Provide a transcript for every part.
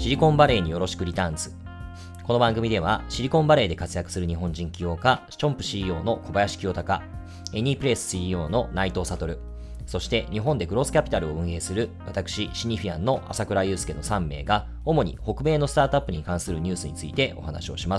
シリコンバレーによろしくリターンズ。この番組ではシリコンバレーで活躍する日本人起業家、チョンプ CEO の小林清隆、エニープレイス CEO の内藤悟、そして日本でグロースキャピタルを運営する私シニフィアンの朝倉祐介の3名が主に北米のスタートアップに関するニュースについてお話をします。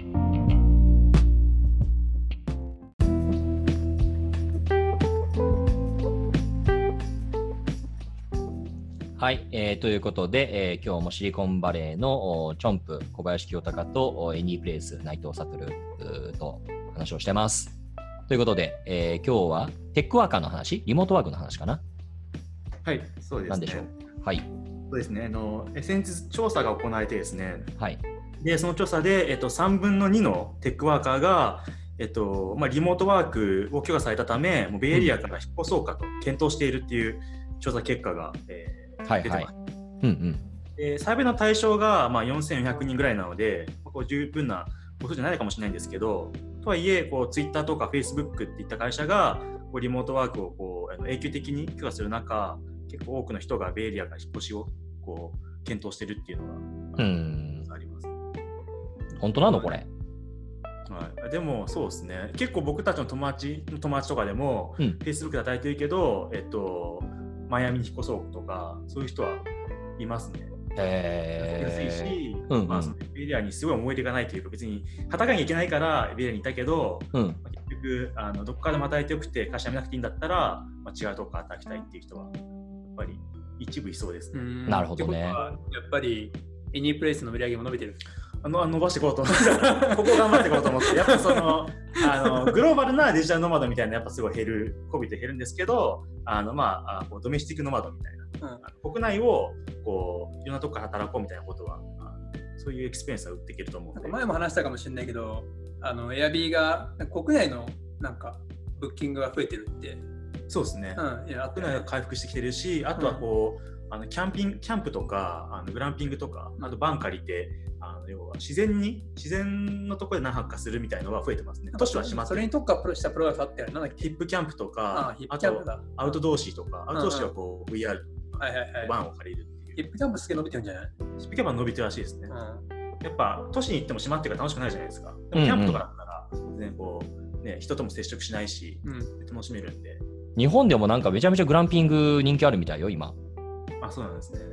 はい、ということで、今日もシリコンバレーのチョンプ小林清隆とエニープレイス内藤悟と話をしてます。ということで、今日はテックワーカーの話、リモートワークの話かな。 はい、そうですね。 何でしょう。はい。 そうですね。先日調査が行われてですね。 はい。 で、その調査で、3分の2のテックワーカーが、リモートワークを許可されたため、もうベイエリアから引っ越そうかと検討しているっていう調査結果が、出てます。サーベイの対象が、4400人ぐらいなので、十分なことじゃないかもしれないんですけど、とはいえTwitter とか Facebook っていった会社がリモートワークを永久的に許可する中、結構多くの人がベイエリアから引っ越しを検討してるっていうのがあります。 本当なのこれ？ はい、でもそうですね。結構僕たちの友達とかでも、Facebook で働いてるけど、マイアミに引っ越そうとかそういう人はいますね。安いし、ベイエリアにすごい思い出がないというか、別に働かなきゃいけないからベイエリアにいたけど、結局どこからでも働いてよくて会社辞めなくていいんだったら、違うとこから働きたいっていう人はやっぱり一部いそうですね。 なるほどね。 ってことはやっぱりエニープレイスの売り上げも伸びてる。 伸ばしていこうと思ってここ頑張っていこうと思ってやっぱグローバルなデジタルノマドみたいなやっぱすごいこびて減るんですけど、ドメスティックノマドみたいな、国内をいろんなとこから働こうみたいなことはそういうエクスペリエンスは売っていけると思うので。 前も話したかもしれないけど、エアビーが国内のなんかブッキングが増えてるって。 そうですね。国内が回復してきてるし、あとはキャンプとかグランピングとか、あとバン借りて要は自然のところで何泊かするみたいなのが増えてますね。都市はします。 それに特化したプロダクトあってある。 ヒップキャンプとか、あとアウトドーシーとか、アウトドーシーはVR バンを借りるっていう。 ヒップキャンプすげえ伸びてるんじゃない？ ヒップキャンプは伸びてるらしいですね。やっぱ都市に行っても閉まってるから楽しくないじゃないですか。でもキャンプとかだったら全然人とも接触しないし、楽しめるんで。 日本でもなんかめちゃめちゃグランピング人気あるみたいよ今。 あ、そうなんですね。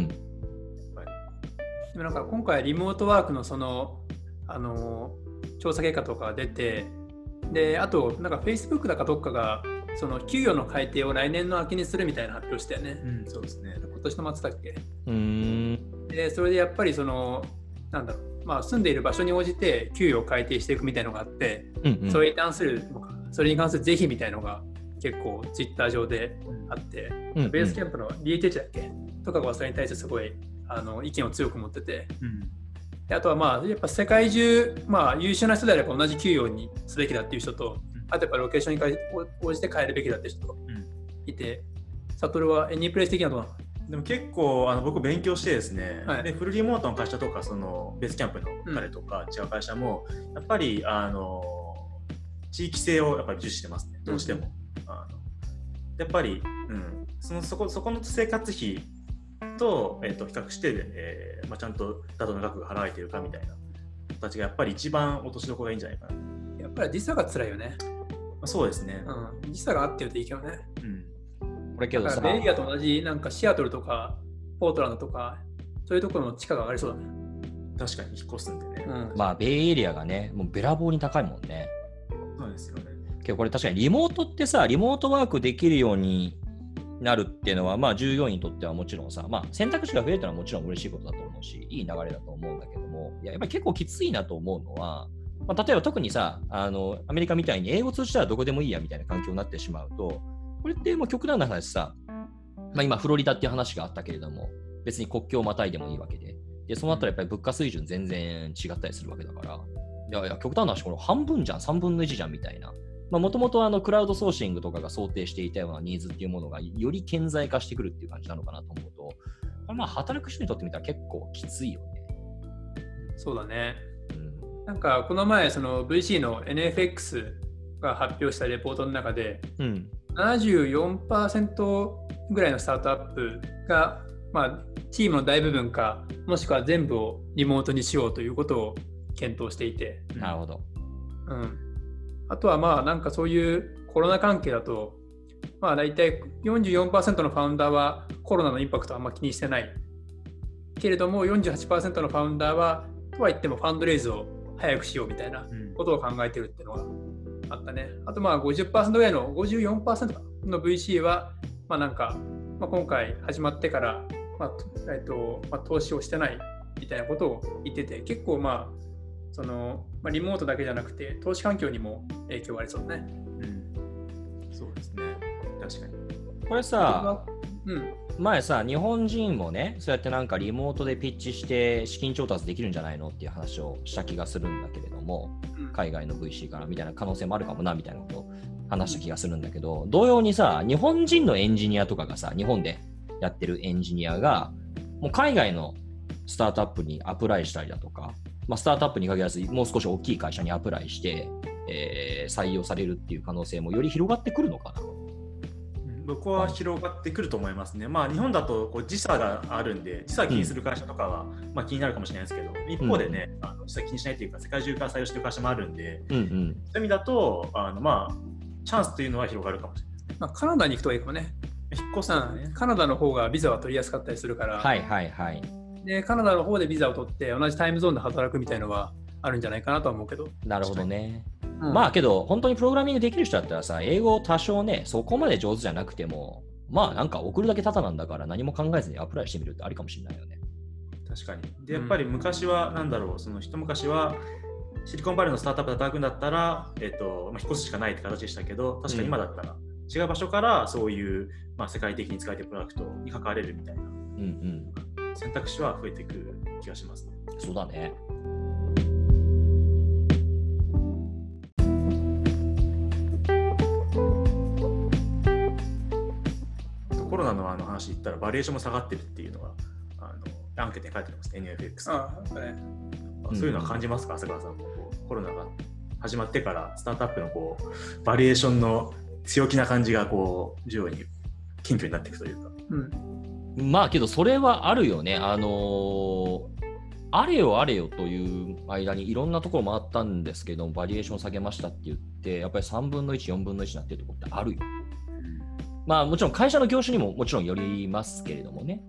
でもなんか今回リモートワークの調査結果とかが出て、であとなんか Facebook だかどっかがその給与の改定を来年の秋にするみたいな発表したよね。 そうですね。 今年の末だっけ。でそれでやっぱりなんだろう、住んでいる場所に応じて給与を改定していくみたいなのがあって、それに関する是非みたいなのが結構ツイッター上であって、ベースキャンプの DHH だっけとかがそれに対してすごい意見を強く持ってて、であとはやっぱ世界中、優秀な人であれば同じ給与にすべきだっていう人と、あとやっぱロケーションに応じて変えるべきだっていう人といて、悟はエニープレイス的なのはでも結構僕勉強してですね、でフルリモートの会社とかベースキャンプの彼とか違う会社もやっぱり地域性をやっぱり重視してますね。どうしても、やっぱり、そこの生活費と、比較して、ちゃんと妥当な額が払われているかみたいな人たちがやっぱり一番落としどころがいいんじゃないかな。 やっぱり時差が辛いよね。 そうですね。 時差があってるといいけどね。 これけどさ、 ベイエリアと同じなんかシアトルとかポートランドとかそういうところの地価が上がりそうだね。 確かに引っ越すんでね。 ベイエリアがね、もうべらぼうに高いもんね。 そうですよね。 けどこれ確かにリモートってさ、リモートワークできるようになるっていうのは、従業員にとってはもちろんさ、選択肢が増えるのはもちろん嬉しいことだと思うし、いい流れだと思うんだけども、やっぱり結構きついなと思うのは、例えば特にさ、アメリカみたいに英語通じたらどこでもいいやみたいな環境になってしまうと、これってもう極端な話さ、今フロリダっていう話があったけれども、別に国境をまたいでもいいわけで、そうなったらやっぱり物価水準全然違ったりするわけだから、いや極端な話、これ半分じゃん、3分の1じゃんみたいな。もともとクラウドソーシングとかが想定していたようなニーズっていうものがより顕在化してくるっていう感じなのかなと思うと、これ働く人にとってみたら結構きついよね。 そうだね。なんかこの前VC の NFX が発表したレポートの中で、74% ぐらいのスタートアップがチームの大部分か、もしくは全部をリモートにしようということを検討していて。 なるほど。 あとはなんかそういうコロナ関係だと、大体 44% のファウンダーはコロナのインパクトはあんま気にしてないけれども、48% のファウンダーはとは言ってもファンドレイズを早くしようみたいなことを考えてるっていうのがあったね。あと50% ぐらいの 54% の VC はなんか、今回始まってから、投資をしてないみたいなことを言ってて、結構リモートだけじゃなくて投資環境にも影響がありそうね。 そうですね。確かに。 これさ、前さ、日本人もね、そうやってなんかリモートでピッチして資金調達できるんじゃないのっていう話をした気がするんだけれども、海外の VC からみたいな可能性もあるかもなみたいなことを話した気がするんだけど、同様にさ、日本人のエンジニアとかがさ、日本でやってるエンジニアがもう海外のスタートアップにアプライしたりだとか、スタートアップに限らずもう少し大きい会社にアプライして、採用されるっていう可能性もより広がってくるのかな。 僕は広がってくると思いますね。日本だと時差があるんで、時差気にする会社とかは、気になるかもしれないですけど、一方でね、時差気にしないというか、世界中から採用している会社もあるんで、そういう意味だとチャンスというのは広がるかもしれないですね。 カナダに行くといいかもね。引っ越すね。カナダの方がビザは取りやすかったりするから、でカナダの方でビザを取って同じタイムゾーンで働くみたいのはあるんじゃないかなとは思うけど。 なるほどね。けど本当にプログラミングできる人だったらさ、英語多少ね、そこまで上手じゃなくても、なんか送るだけタダなんだから何も考えずにアプライしてみるってありかもしれないよね。 確かに。でやっぱり昔はその一昔はシリコンバレーのスタートアップで働くんだったら、引っ越すしかないって形でしたけど、確かに今だったら違う場所からそういう、世界的に使えているプロダクトに関われるみたいな、選択肢は増えてくる気がしますね。 そうだね。 コロナの話言ったらバリエーションも下がってるっていうのがアンケートに書いてあります、NFX。そういうのは感じますか、浅川さんも。コロナが始まってからスタートアップのバリエーションの強気な感じが需要に謙虚になっていくというか。 けどそれはあるよね。あれよあれよという間にいろんなところもあったんですけど、バリエーション下げましたって言って、やっぱり3分の1、4分の1になってるところってあるよ。もちろん会社の業種にももちろんよりますけれどもね。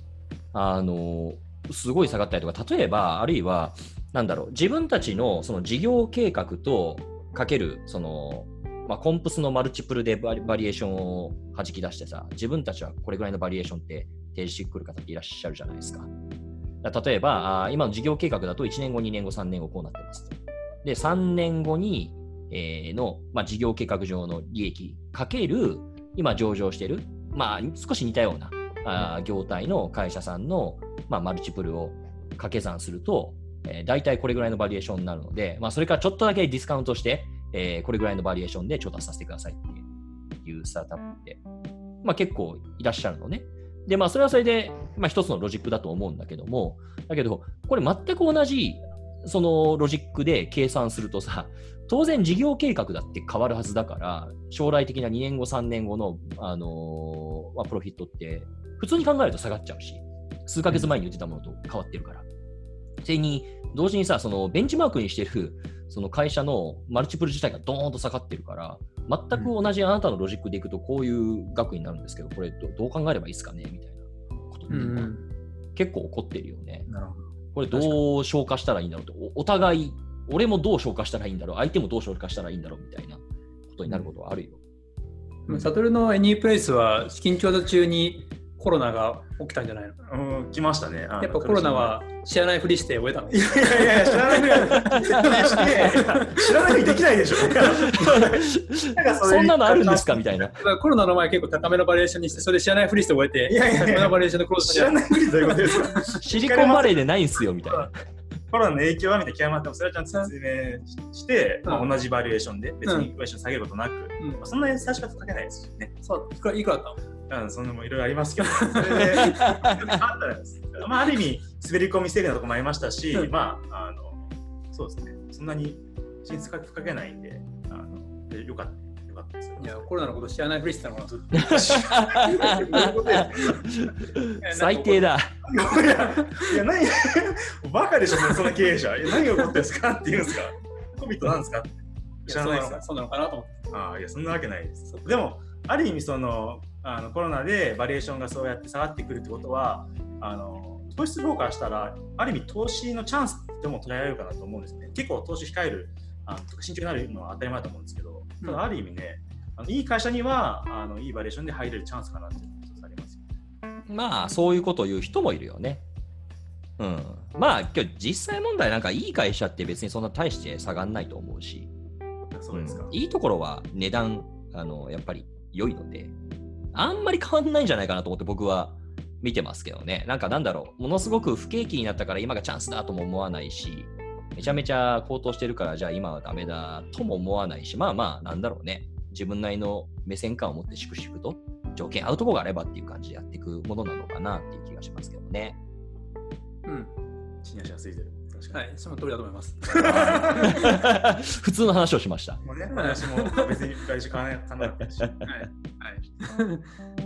すごい下がったりとか、例えばあるいは自分たちのその事業計画とかけるコンプスのマルチプルでバリエーションを弾き出してさ、自分たちはこれぐらいのバリエーションって提示してくる方っていらっしゃるじゃないですか。例えば今の事業計画だと1年後、2年後、3年後こうなってますと。で、3年後に、事業計画上の利益かける今上場している、少し似たような業態の会社さんの、マルチプルを掛け算すると、大体これぐらいのバリエーションになるので、それからちょっとだけディスカウントして、これぐらいのバリエーションで調達させてくださいっていうスタートアップって、結構いらっしゃるのね。で、それはそれで、一つのロジックだと思うんだけども、だけど、これ全く同じそのロジックで計算するとさ、当然事業計画だって変わるはずだから、将来的な2年後、3年後の、プロフィットって普通に考えると下がっちゃうし、数ヶ月前に言ってたものと変わってるから。それに、同時にさ、そのベンチマークにしてるその会社のマルチプル自体がドーンと下がってるから、全く同じあなたのロジックでいくとこういう額になるんですけど、これどう考えればいいですかねみたいなことに、結構起こってるよね。 なるほど。 これどう消化したらいいんだろうと、お互い、俺もどう消化したらいいんだろう、相手もどう消化したらいいんだろうみたいなことになることはあるよ。 サトルのエニープレイスは資金調達中にコロナが起きたんじゃないの？ 来ましたね。 やっぱコロナは知らないふりして終えたの？ いや知らないふりして知らないふりできないでしょ。 そんなのあるんですかみたいな。 コロナの前結構高めのバリエーションにして、それ知らないふりして終えて、高めのバリエーションのクローズ知らないふりどういうことですか？ シリコンバレーでないんすよみたいな。 コロナの影響はみたいな極まっても、それはちゃんと説明して、同じバリエーションで別にバリエーション下げることなく、そんなに最初からかけないですしね。 そう、いくらだったの？ そんなもいろいろありますけど、それで変わったんです。ある意味滑り込み制限のところもありましたし、そうですね。そんなに進出かけないんで、よかったったんですよ。 いや、コロナのこと知らないふりしてたのかな、ずっと。 最低だ。 いや、何バカでしょ、その経営者。何が起こってるんですかって言うんですか。コビットなんですかって知らないですか。 そうなのかなと思って。 いや、そんなわけないです。でも、ある意味コロナでバリエーションがそうやって下がってくるってことは、投資する方からしたら、ある意味投資のチャンスでも捉えられるかなと思うんですね。結構投資控えるとか慎重になるのは当たり前だと思うんですけど、ただある意味ね、いい会社にはいいバリエーションで入れるチャンスかなっていうのが一つありますよね。 まあそういうことを言う人もいるよね。まあ今日実際問題なんかいい会社って別にそんな大して下がんないと思うし、 そうですか。 いいところは値段やっぱり良いので、あんまり変わんないんじゃないかなと思って僕は見てますけどね。なんだろう、ものすごく不景気になったから今がチャンスだとも思わないし、めちゃめちゃ高騰してるからじゃあ今はダメだとも思わないし、まあなんだろうね、自分なりの目線感を持って粛々と条件合うとこがあればっていう感じでやっていくものなのかなっていう気がしますけどね。 地に足がついてる。 はい、その通りだと思います。 普通の話をしました。 もうね、話も別に外資かなかったし。はい。